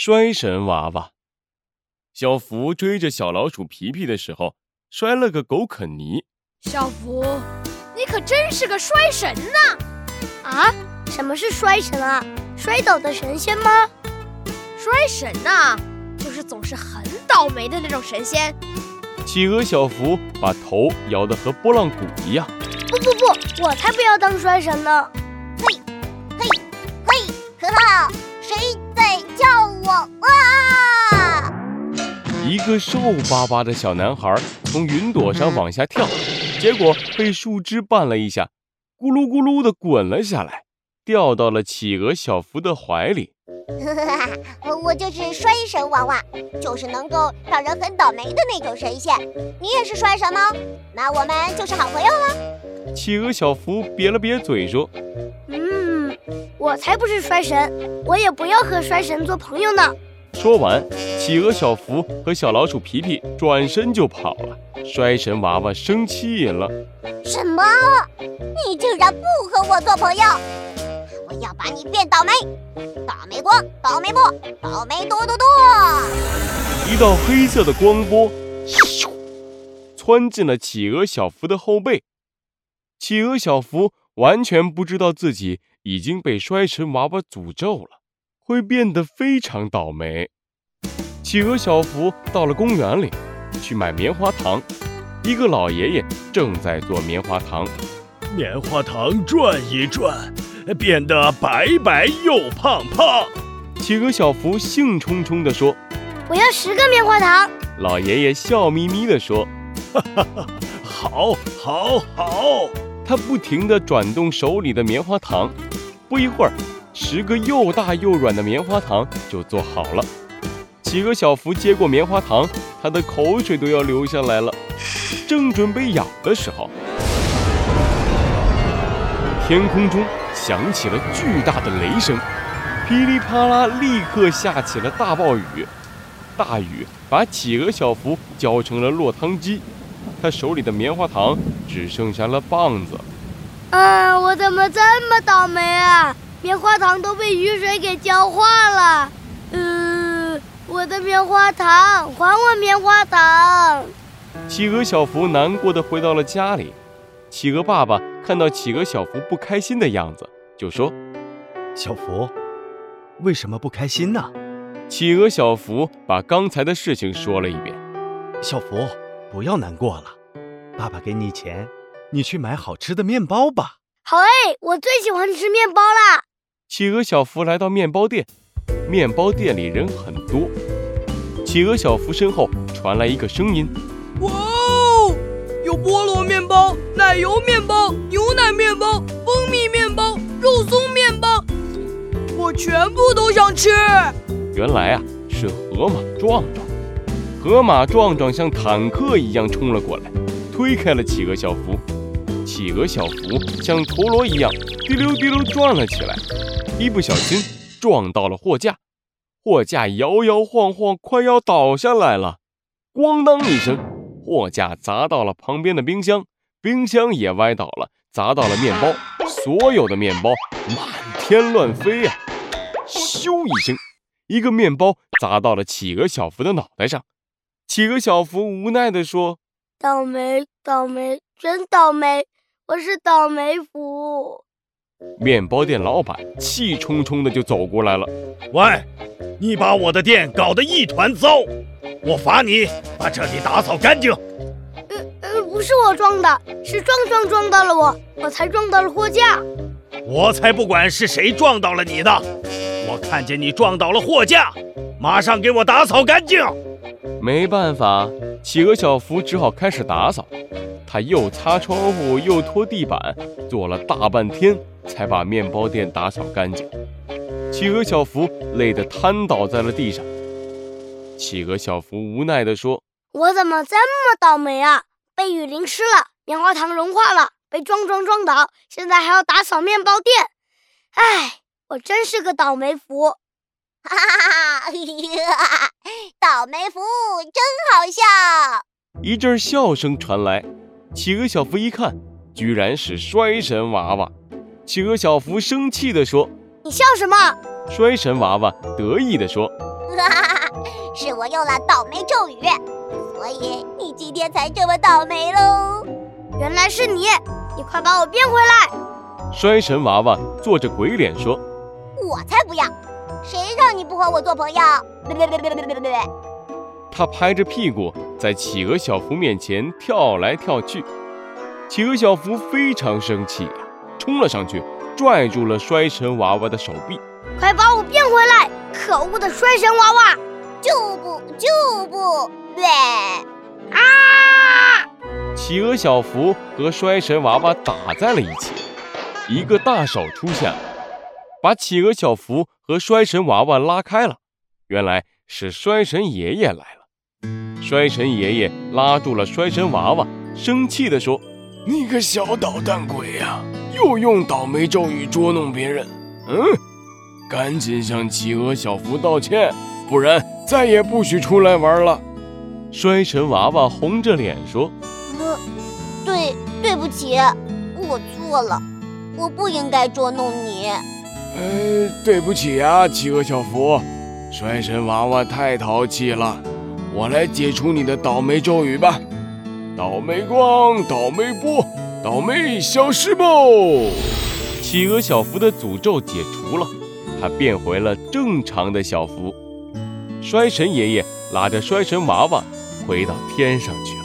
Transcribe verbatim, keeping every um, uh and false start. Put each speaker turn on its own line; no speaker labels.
摔神娃娃。小福追着小老鼠皮皮的时候，摔了个狗啃泥。
小福，你可真是个摔神呐！
啊，什么是摔神啊？摔倒的神仙吗？
摔神呐，就是总是很倒霉的那种神仙。
企鹅小福把头摇得和拨浪鼓一样。
不不不，我才不要当摔神呢！
嘿，嘿，嘿，呵呵，谁在叫我啊？
一个瘦巴巴的小男孩从云朵上往下跳，结果被树枝绊了一下，咕噜咕噜地滚了下来，掉到了企鹅小福的怀里。
我就是摔神娃娃，就是能够让人很倒霉的那种神仙。你也是摔神吗？那我们就是好朋友了。
企鹅小福瘪了瘪嘴说：
嗯，我才不是摔神，我也不要和摔神做朋友呢。
说完，企鹅小福和小老鼠皮皮转身就跑了。摔神娃娃生气了：
什么？你竟然不和我做朋友！我要把你变倒霉！倒霉多，倒霉不，倒霉多多多！
一道黑色的光波咻窜进了企鹅小福的后背。企鹅小福完全不知道自己已经被摔神娃娃诅咒了，会变得非常倒霉。企鹅小福到了公园里去买棉花糖，一个老爷爷正在做棉花糖。
棉花糖转一转，变得白白又胖胖。
企鹅小福兴冲冲地说：
我要十个棉花糖。
老爷爷笑眯眯地说：
哈哈哈，好，好，好。
他不停地转动手里的棉花糖，不一会儿，十个又大又软的棉花糖就做好了。企鹅小福接过棉花糖，他的口水都要流下来了。正准备咬的时候，天空中响起了巨大的雷声，噼里啪啦，立刻下起了大暴雨。大雨把企鹅小福浇成了落汤鸡，他手里的棉花糖只剩下了棒子。
啊，我怎么这么倒霉啊？棉花糖都被雨水给浇化了。呃，我的棉花糖，还我棉花糖！
企鹅小福难过地回到了家里。企鹅爸爸看到企鹅小福不开心的样子，就说：
小福，为什么不开心呢？
企鹅小福把刚才的事情说了一遍。
小福，不要难过了，爸爸给你钱，你去买好吃的面包吧。
好哎，我最喜欢吃面包啦。
企鹅小福来到面包店，面包店里人很多。企鹅小福身后传来一个声音：
哇哦，有菠萝面包、奶油面包、牛奶面包、蜂蜜面包、肉松面包，我全部都想吃。
原来啊，是河马壮壮。河马壮壮像坦克一样冲了过来，推开了企鹅小福。企鹅小福像陀螺一样滴溜滴溜转了起来，一不小心撞到了货架，货架摇摇晃晃，快要倒下来了。咣当一声，货架砸到了旁边的冰箱，冰箱也歪倒了，砸到了面包，所有的面包满天乱飞啊！咻一声，一个面包砸到了企鹅小福的脑袋上。企鹅小福无奈地说：
倒霉，倒霉，真倒霉，我是倒霉福。
面包店老板气冲冲的就走过来了：
喂，你把我的店搞得一团糟，我罚你把这里打扫干净。
呃呃，不是我撞的，是壮壮撞到了我，我才撞到了货架。
我才不管是谁撞到了你的，我看见你撞倒了货架，马上给我打扫干净。
没办法，企鹅小福只好开始打扫。他又擦窗户又拖地板，做了大半天才把面包店打扫干净。企鹅小福累得瘫倒在了地上。企鹅小福无奈地说：
我怎么这么倒霉啊？被雨淋湿了，棉花糖融化了，被壮壮撞倒，现在还要打扫面包店。唉，我真是个倒霉福。
哈哈哈哈，倒霉福真好笑。
一阵笑声传来，企鹅小福一看，居然是摔神娃娃。企鹅小福生气地说：
你笑什么？
摔神娃娃得意地说：
哈哈，是我用了倒霉咒语，所以你今天才这么倒霉喽。
原来是你，你快把我变回来！
衰神娃娃做着鬼脸说：“
我才不要！谁让你不和我做朋友？”
他拍着屁股在企鹅小福面前跳来跳去。企鹅小福非常生气啊，冲了上去，拽住了衰神娃娃的手臂。
快把我变回来！可恶的衰神娃娃！
就不就不对
啊！
企鹅小福和衰神娃娃打在了一起，一个大手出现了，把企鹅小福和衰神娃娃拉开了。原来是衰神爷爷来了。衰神爷爷拉住了衰神娃娃，生气地说：“你个小捣蛋鬼呀、啊，又用倒霉咒语捉弄别人！嗯，赶紧向企鹅小福道歉，不然再也不许出来玩了。”衰神娃娃红着脸说：“
呃，对，对不起，我错了，我不应该捉弄你。
呃，对不起啊，企鹅小福，衰神娃娃太淘气了，我来解除你的倒霉咒语吧。倒霉光，倒霉波，倒霉消失吧！”企鹅小福的诅咒解除了，他变回了正常的小福。衰神爷爷拉着衰神娃娃回到天上去了。